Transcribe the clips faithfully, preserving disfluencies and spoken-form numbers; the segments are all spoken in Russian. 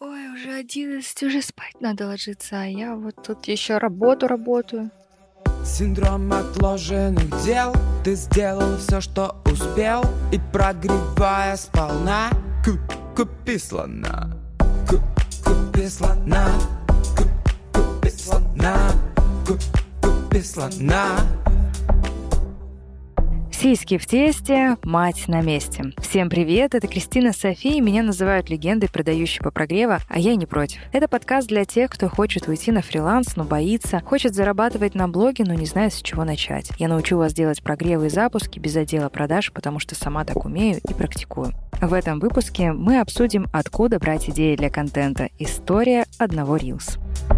Ой, уже одиннадцать, уже спать надо ложиться, а я вот тут еще работу работаю. Синдром отложенных дел. Ты сделал все, что успел. И прогревая сполна, купи слона, купи слона, купи слона, купи слона. Сиськи в тесте, мать на месте. Всем привет, это Кристина Софи, меня называют легендой, продающей по прогрева, а я не против. Это подкаст для тех, кто хочет уйти на фриланс, но боится, хочет зарабатывать на блоге, но не знает, с чего начать. Я научу вас делать прогревы и запуски без отдела продаж, потому что сама так умею и практикую. В этом выпуске мы обсудим, откуда брать идеи для контента. История одного Reels.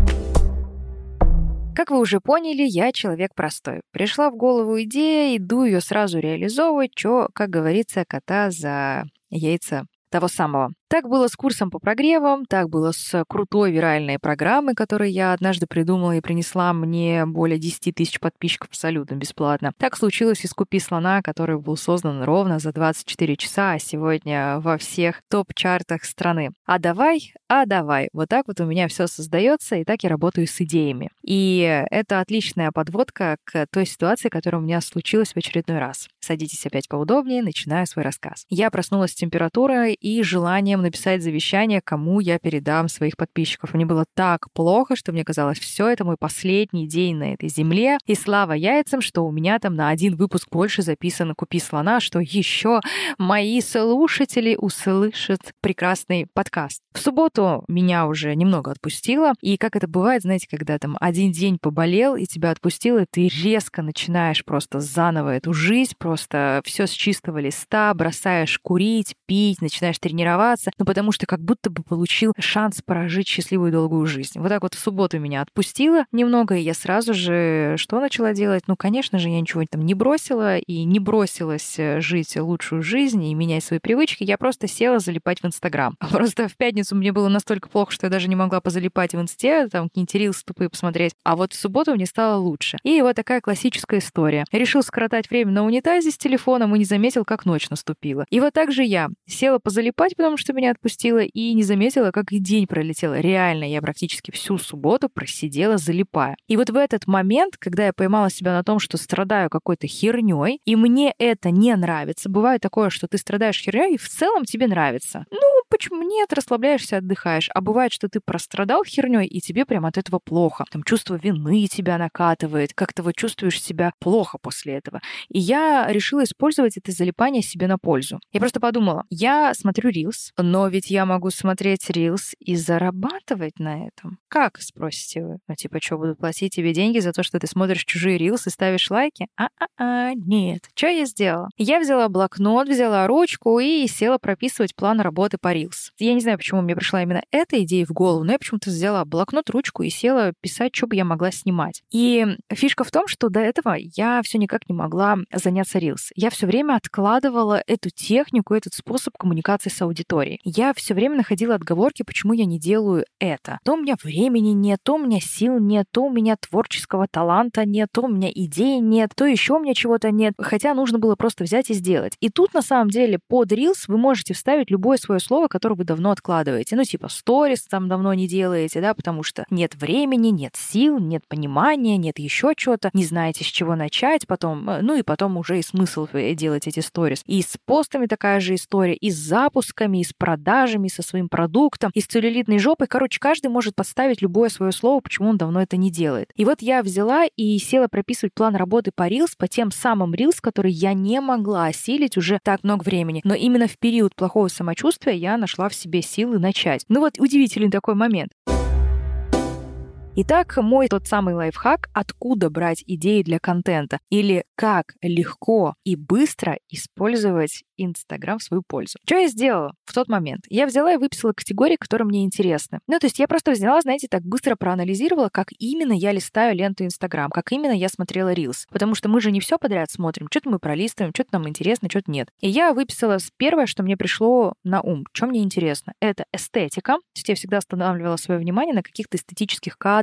Как вы уже поняли, я человек простой. Пришла в голову идея, иду ее сразу реализовывать, что, как говорится, кота за яйца того самого. Так было с курсом по прогревам, так было с крутой виральной программой, которую я однажды придумала и принесла мне более десять тысяч подписчиков абсолютно бесплатно. Так случилось и с «Купи слона», который был создан ровно за двадцать четыре часа, а сегодня во всех топ-чартах страны. А давай, а давай. Вот так вот у меня все создается, и так я работаю с идеями. И это отличная подводка к той ситуации, которая у меня случилась в очередной раз. Садитесь опять поудобнее, начинаю свой рассказ. Я проснулась с температурой и желанием написать завещание, кому я передам своих подписчиков. Мне было так плохо, что мне казалось, все это мой последний день на этой земле. И слава яйцам, что у меня там на один выпуск больше записано «Купи слона», что еще мои слушатели услышат прекрасный подкаст. В субботу меня уже немного отпустило. И как это бывает, знаете, когда там один день поболел и тебя отпустило, и ты резко начинаешь просто заново эту жизнь, просто все с чистого листа, бросаешь курить, пить, начинаешь тренироваться, ну потому что как будто бы получил шанс прожить счастливую долгую жизнь. Вот так вот в субботу меня отпустило немного, и я сразу же что начала делать? Ну, конечно же, я ничего там не бросила и не бросилась жить лучшую жизнь и менять свои привычки. Я просто села залипать в Инстаграм. Просто в пятницу мне было настолько плохо, что я даже не могла позалипать в Инсте, там какие-нибудь рилсы тупые посмотреть. А вот в субботу мне стало лучше. И вот такая классическая история. Решил скоротать время на унитазе с телефоном и не заметил, как ночь наступила. И вот так же я села позалипать, потому что меня отпустила, и не заметила, как и день пролетел. Реально, я практически всю субботу просидела, залипая. И вот в этот момент, когда я поймала себя на том, что страдаю какой-то херней, и мне это не нравится, бывает такое, что ты страдаешь херней, и в целом тебе нравится. Ну, почему нет? Расслабляешься, отдыхаешь. А бывает, что ты прострадал херней, и тебе прям от этого плохо. Там чувство вины тебя накатывает, как-то вот чувствуешь себя плохо после этого. И я решила использовать это залипание себе на пользу. Я просто подумала, я смотрю Reels, но ведь я могу смотреть Reels и зарабатывать на этом. Как, спросите вы? Ну, типа, что, буду платить тебе деньги за то, что ты смотришь чужие Reels и ставишь лайки? А-а-а, нет. Что я сделала? Я взяла блокнот, взяла ручку и села прописывать план работы по Reels. Я не знаю, почему мне пришла именно эта идея в голову, но я почему-то взяла блокнот, ручку и села писать, что бы я могла снимать. И фишка в том, что до этого я все никак не могла заняться Reels. Я все время откладывала эту технику, этот способ коммуникации с аудиторией. Я все время находила отговорки, почему я не делаю это. То у меня времени нет, то у меня сил нет, то у меня творческого таланта нет, то у меня идей нет, то еще у меня чего-то нет. Хотя нужно было просто взять и сделать. И тут, на самом деле, под Reels вы можете вставить любое свое слово, которое вы давно откладываете. Ну, типа, сторис там давно не делаете, да, потому что нет времени, нет сил, нет понимания, нет еще чего-то, не знаете, с чего начать, потом, ну и потом уже и смысл делать эти сторис. И с постами такая же история, и с запусками, и с продажами, со своим продуктом, и с целлюлитной жопой. Короче, каждый может подставить любое свое слово, почему он давно это не делает. И вот я взяла и села прописывать план работы по Reels, по тем самым Reels, которые я не могла осилить уже так много времени. Но именно в период плохого самочувствия я нашла в себе силы начать. Ну вот удивительный такой момент. Итак, мой тот самый лайфхак, откуда брать идеи для контента или как легко и быстро использовать Инстаграм в свою пользу. Что я сделала в тот момент? Я взяла и выписала категории, которые мне интересны. Ну, то есть я просто взяла, знаете, так быстро проанализировала, как именно я листаю ленту Инстаграм, как именно я смотрела Reels. Потому что мы же не все подряд смотрим. Что-то мы пролистываем, что-то нам интересно, что-то нет. И я выписала первое, что мне пришло на ум. Что мне интересно? Это эстетика. То есть я всегда останавливала свое внимание на каких-то эстетических кадрах,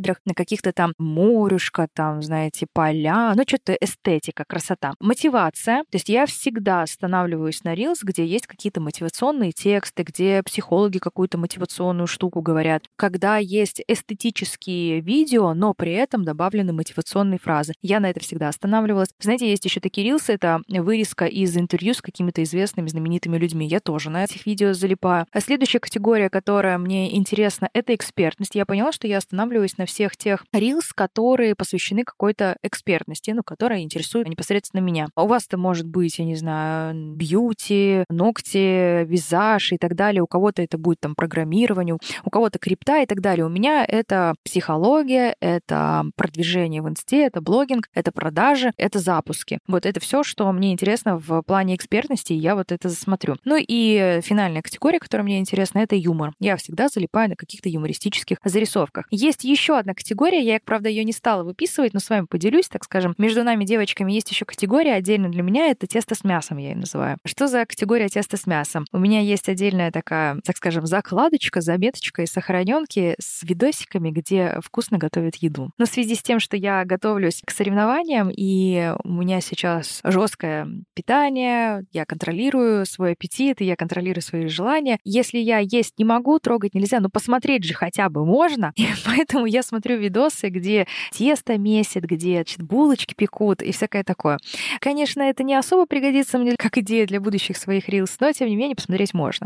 кадрах, на каких-то там морюшка, там, знаете, поля, ну, что-то эстетика, красота. Мотивация. То есть я всегда останавливаюсь на Reels, где есть какие-то мотивационные тексты, где психологи какую-то мотивационную штуку говорят, когда есть эстетические видео, но при этом добавлены мотивационные фразы. Я на это всегда останавливалась. Знаете, есть еще такие рилсы, это вырезка из интервью с какими-то известными, знаменитыми людьми. Я тоже на этих видео залипаю. А следующая категория, которая мне интересна, это экспертность. Я поняла, что я останавливаюсь на всех тех рилс, которые посвящены какой-то экспертности, ну, которая интересует непосредственно меня. У вас-то может быть, я не знаю, бьюти, ногти, визаж и так далее. У кого-то это будет там программирование, у кого-то крипта и так далее. У меня это психология, это продвижение в инсте, это блогинг, это продажи, это запуски. Вот это все, что мне интересно в плане экспертности, и я вот это засмотрю. Ну и финальная категория, которая мне интересна, это юмор. Я всегда залипаю на каких-то юмористических зарисовках. Есть еще одна категория, я, правда, ее не стала выписывать, но с вами поделюсь, так скажем. Между нами, девочками, есть еще категория отдельно для меня, это тесто с мясом, я ее называю. Что за категория тесто с мясом? У меня есть отдельная такая, так скажем, закладочка, заметочка и сохраненки с видосиками, где вкусно готовят еду. Но в связи с тем, что я готовлюсь к соревнованиям, и у меня сейчас жесткое питание, я контролирую свой аппетит, и я контролирую свои желания. Если я есть не могу, трогать нельзя, но посмотреть же хотя бы можно. И поэтому я смотрю видосы, где тесто месят, где, значит, булочки пекут и всякое такое. Конечно, это не особо пригодится мне как идея для будущих своих рилс, но, тем не менее, посмотреть можно.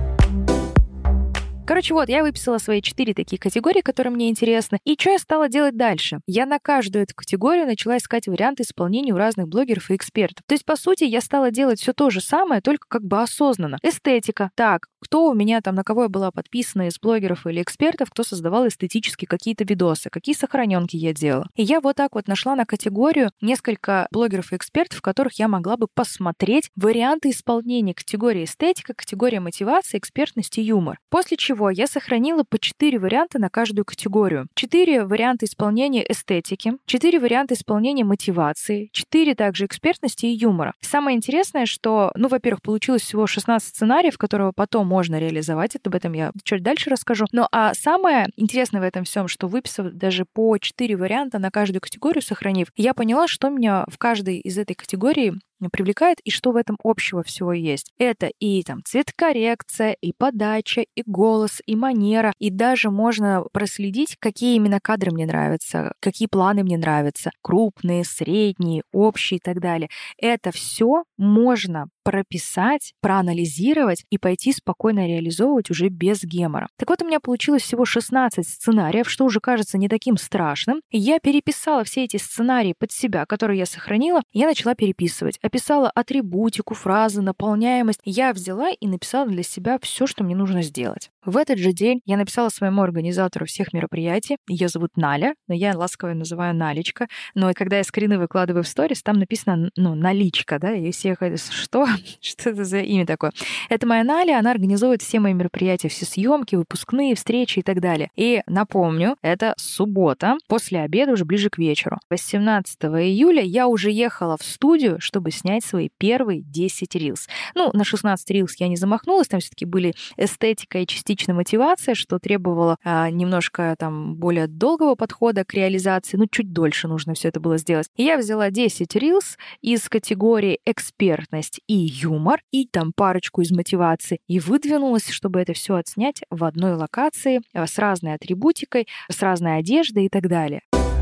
Короче, вот, я выписала свои четыре такие категории, которые мне интересны. И что я стала делать дальше? Я на каждую эту категорию начала искать варианты исполнения у разных блогеров и экспертов. То есть, по сути, я стала делать все то же самое, только как бы осознанно. Эстетика. Так, кто у меня там, на кого я была подписана из блогеров или экспертов, кто создавал эстетически какие-то видосы, какие сохраненки я делала. И я вот так вот нашла на категорию несколько блогеров и экспертов, в которых я могла бы посмотреть варианты исполнения категории эстетика, категория мотивации, экспертность и юмор. После чего я сохранила по четыре варианта на каждую категорию. четыре варианта исполнения эстетики, четыре варианта исполнения мотивации, четыре также экспертности и юмора. Самое интересное, что, ну, во-первых, получилось всего шестнадцать сценариев, которые потом можно реализовать. Это об этом я чуть дальше расскажу. Ну, а самое интересное в этом всем, что выписав даже по четыре варианта на каждую категорию, сохранив, я поняла, что меня в каждой из этой категории привлекает и что в этом общего всего есть. Это и там цветокоррекция, и подача, и голос, и манера, и даже можно проследить, какие именно кадры мне нравятся, какие планы мне нравятся, крупные, средние, общие и так далее. Это все можно прописать, проанализировать и пойти спокойно реализовывать уже без гемора. Так вот, у меня получилось всего шестнадцать сценариев, что уже кажется не таким страшным. И я переписала все эти сценарии под себя, которые я сохранила, и я начала переписывать. Описала атрибутику, фразы, наполняемость. Я взяла и написала для себя все, что мне нужно сделать. В этот же день я написала своему организатору всех мероприятий. Ее зовут Наля, но я ласково ее называю Налечка. Но когда я скрины выкладываю в сторис, там написано, ну, Наличка, да, и все говорят, что? Что это за имя такое? Это моя Наля, она организовывает все мои мероприятия, все съемки, выпускные, встречи и так далее. И напомню, это суббота, после обеда, уже ближе к вечеру. восемнадцатого июля я уже ехала в студию, чтобы снять свои первые десять рилс. Ну, на шестнадцать рилс я не замахнулась, там все-таки были эстетика и частичная мотивация, что требовало а, немножко там более долгого подхода к реализации, ну, чуть дольше нужно все это было сделать. И я взяла десять рилс из категории экспертность и юмор, и там парочку из мотивации, и выдвинулась, чтобы это все отснять в одной локации с разной атрибутикой, с разной одеждой и так далее.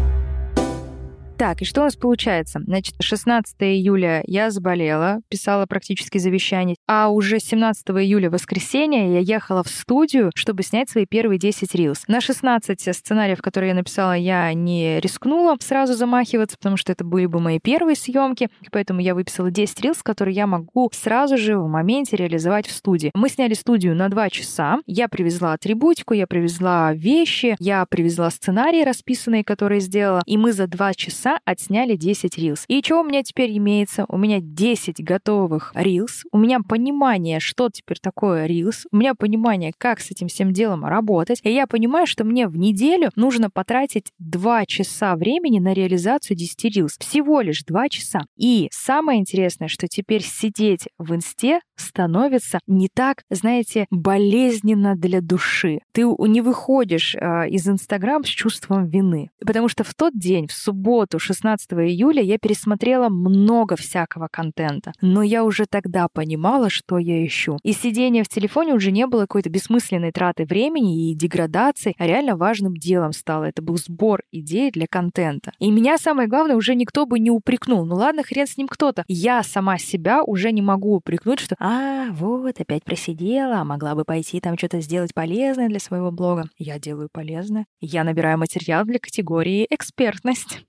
Так, и что у нас получается? Значит, шестнадцатого июля я заболела, писала практически завещание, а уже семнадцатого июля, воскресенье, я ехала в студию, чтобы снять свои первые десять рилс. На шестнадцать сценариев, которые я написала, я не рискнула сразу замахиваться, потому что это были бы мои первые съемки, поэтому я выписала десять рилс, которые я могу сразу же в моменте реализовать в студии. Мы сняли студию на два часа, я привезла атрибутику, я привезла вещи, я привезла сценарии расписанные, которые сделала, и мы за два часа часа отсняли десять рилс. И что у меня теперь имеется? У меня десять готовых рилс, у меня понимание, что теперь такое рилс, у меня понимание, как с этим всем делом работать, и я понимаю, что мне в неделю нужно потратить два часа времени на реализацию десяти рилс. Всего лишь два часа. И самое интересное, что теперь сидеть в инсте становится не так, знаете, болезненно для души. Ты не выходишь э, из Инстаграм с чувством вины. Потому что в тот день, в субботу, шестнадцатого июля, я пересмотрела много всякого контента. Но я уже тогда понимала, что я ищу. И сидение в телефоне уже не было какой-то бессмысленной траты времени и деградации, а реально важным делом стало. Это был сбор идей для контента. И меня, самое главное, уже никто бы не упрекнул. Ну ладно, хрен с ним кто-то. Я сама себя уже не могу упрекнуть, что «А, вот, опять просидела, а могла бы пойти там что-то сделать полезное для своего блога». Я делаю полезное. Я набираю материал для категории «экспертность».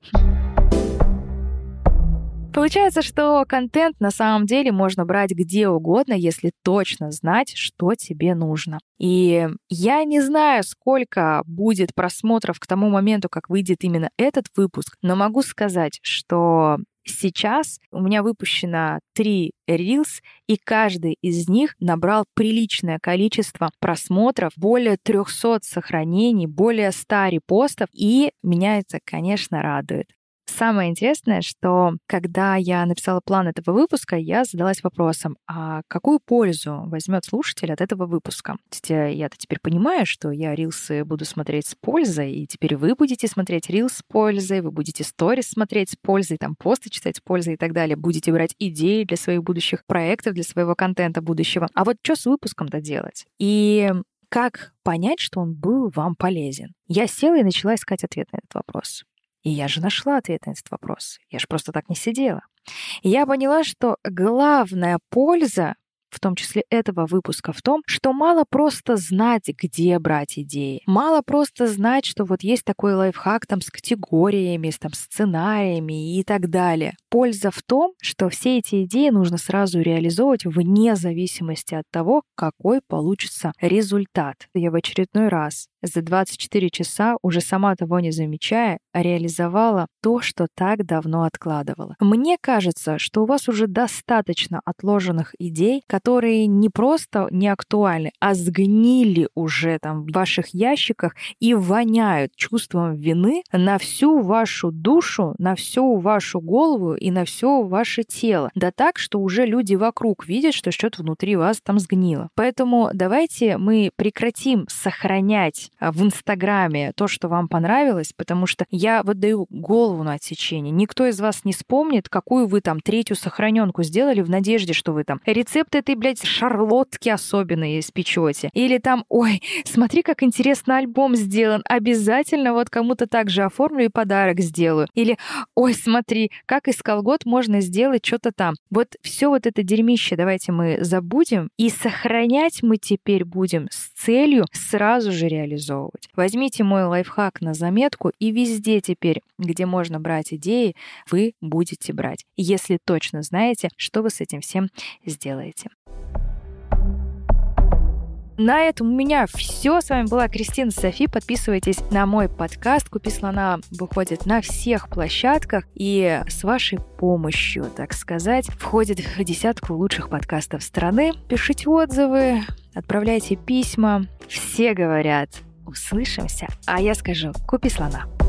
Получается, что контент на самом деле можно брать где угодно, если точно знать, что тебе нужно. И я не знаю, сколько будет просмотров к тому моменту, как выйдет именно этот выпуск, но могу сказать, что сейчас у меня выпущено три рилс, и каждый из них набрал приличное количество просмотров, более трехсот сохранений, более ста репостов, и меня это, конечно, радует. Самое интересное, что когда я написала план этого выпуска, я задалась вопросом, а какую пользу возьмет слушатель от этого выпуска? То есть я-то теперь понимаю, что я рилсы буду смотреть с пользой, и теперь вы будете смотреть рилс с пользой, вы будете сторис смотреть с пользой, там посты читать с пользой и так далее, будете брать идеи для своих будущих проектов, для своего контента будущего. А вот что с выпуском-то делать? И как понять, что он был вам полезен? Я села и начала искать ответ на этот вопрос. И я же нашла ответ на этот вопрос. Я же просто так не сидела. И я поняла, что главная польза, в том числе этого выпуска, в том, что мало просто знать, где брать идеи. Мало просто знать, что вот есть такой лайфхак там с категориями, с там сценариями и так далее. Польза в том, что все эти идеи нужно сразу реализовывать вне зависимости от того, какой получится результат. Я в очередной раз за двадцать четыре часа, уже сама того не замечая, реализовала то, что так давно откладывала. Мне кажется, что у вас уже достаточно отложенных идей, которые не просто не актуальны, а сгнили уже там в ваших ящиках и воняют чувством вины на всю вашу душу, на всю вашу голову и на все ваше тело. Да так, что уже люди вокруг видят, что что-то внутри вас там сгнило. Поэтому давайте мы прекратим сохранять в Инстаграме то, что вам понравилось, потому что я вот даю голову на отсечение. Никто из вас не вспомнит, какую вы там третью сохраненку сделали в надежде, что вы там рецепт этой, блядь, шарлотки особенные испечете. Или там, ой, смотри, как интересно альбом сделан, обязательно вот кому-то так же оформлю и подарок сделаю. Или, ой, смотри, как из колгот можно сделать что-то там. Вот все вот это дерьмище давайте мы забудем, и сохранять мы теперь будем с целью сразу же реализовывать. Возьмите мой лайфхак на заметку, и везде теперь, где можно брать идеи, вы будете брать, если точно знаете, что вы с этим всем сделаете. На этом у меня все. С вами была Кристина Софи. Подписывайтесь на мой подкаст. «Купи слона» выходит на всех площадках и с вашей помощью, так сказать, входит в десятку лучших подкастов страны. Пишите отзывы, отправляйте письма. Все говорят: услышимся. А я скажу: купи слона.